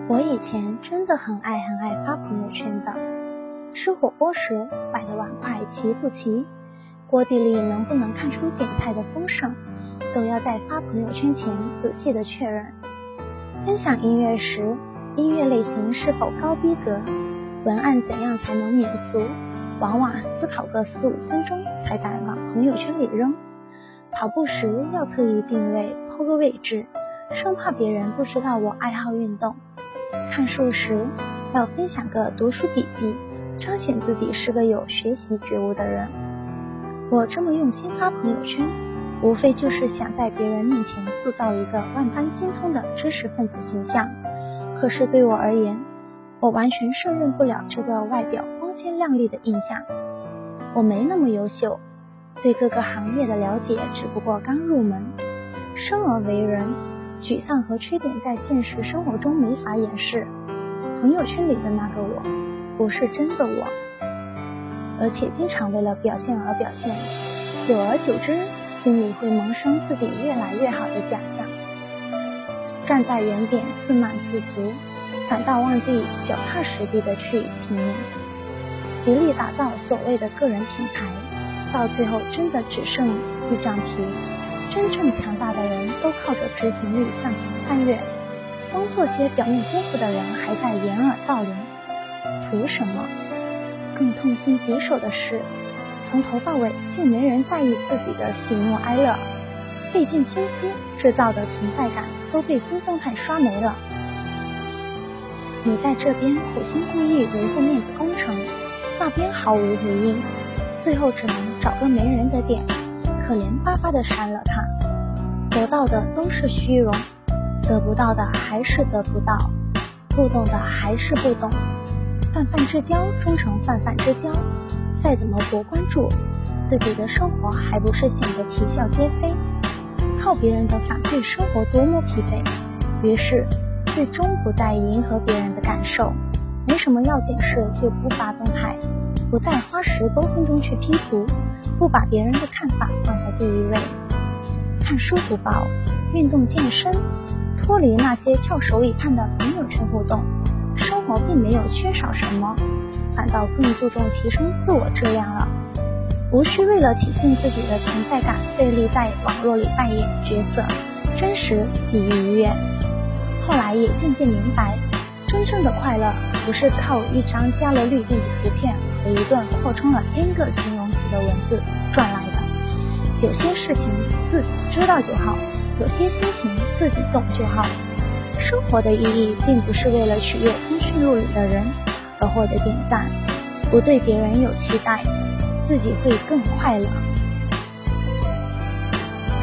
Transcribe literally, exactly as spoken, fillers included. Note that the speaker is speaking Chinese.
我以前真的很爱很爱发朋友圈的，吃火锅时摆的碗筷齐不齐，锅底里能不能看出点菜的丰盛，都要在发朋友圈前仔细的确认。分享音乐时，音乐类型是否高逼格，文案怎样才能免俗，往往思考个四五分钟才敢往朋友圈里扔。跑步时要特意定位抛个位置，生怕别人不知道我爱好运动。看书时要分享个读书笔记，彰显自己是个有学习觉悟的人。我这么用心发朋友圈，无非就是想在别人面前塑造一个万般精通的知识分子形象。可是对我而言，我完全胜任不了这个外表光鲜亮丽的印象。我没那么优秀，对各个行业的了解只不过刚入门。生而为人，沮丧和缺点在现实生活中没法掩饰，朋友圈里的那个我不是真的我，而且经常为了表现而表现，久而久之心里会萌生自己越来越好的假象，站在原点自满自足，反倒忘记脚踏实地的去拼命，极力打造所谓的个人品牌，到最后真的只剩一张皮。真正强大的人都靠着执行力向前翻越，光做些表面功夫的人还在掩耳盗铃，图什么？更痛心疾首的是，从头到尾竟没人在意自己的喜怒哀乐，费尽心思制造的存在感都被新动态刷没了。你在这边苦心孤诣维护面子工程，那边毫无回应，最后只能找个没人的点，可怜巴巴地删了它。得到的都是虚荣，得不到的还是得不到，不懂的还是不懂。泛泛之交终成泛泛之交，再怎么博关注，自己的生活还不是显得啼笑皆非。靠别人的反馈生活多么疲惫，于是最终不再迎合别人的感受，没什么要紧事就不发动态，不再花十多分钟去 P 图，不把别人的看法放在第一位。看书不报，运动健身，脱离那些翘首以盼的朋友圈互动，生活并没有缺少什么，反倒更注重提升自我质量了。无需为了体现自己的存在感费力在网络里扮演角色，真实即愉悦。后来也渐渐明白，真正的快乐不是靠一张加了滤镜的图片和一段扩充了 N 个形容词的文字赚来的。有些事情自己知道就好，有些心情自己懂就好。生活的意义并不是为了取悦通讯录里的人而获得点赞，不对别人有期待，自己会更快乐。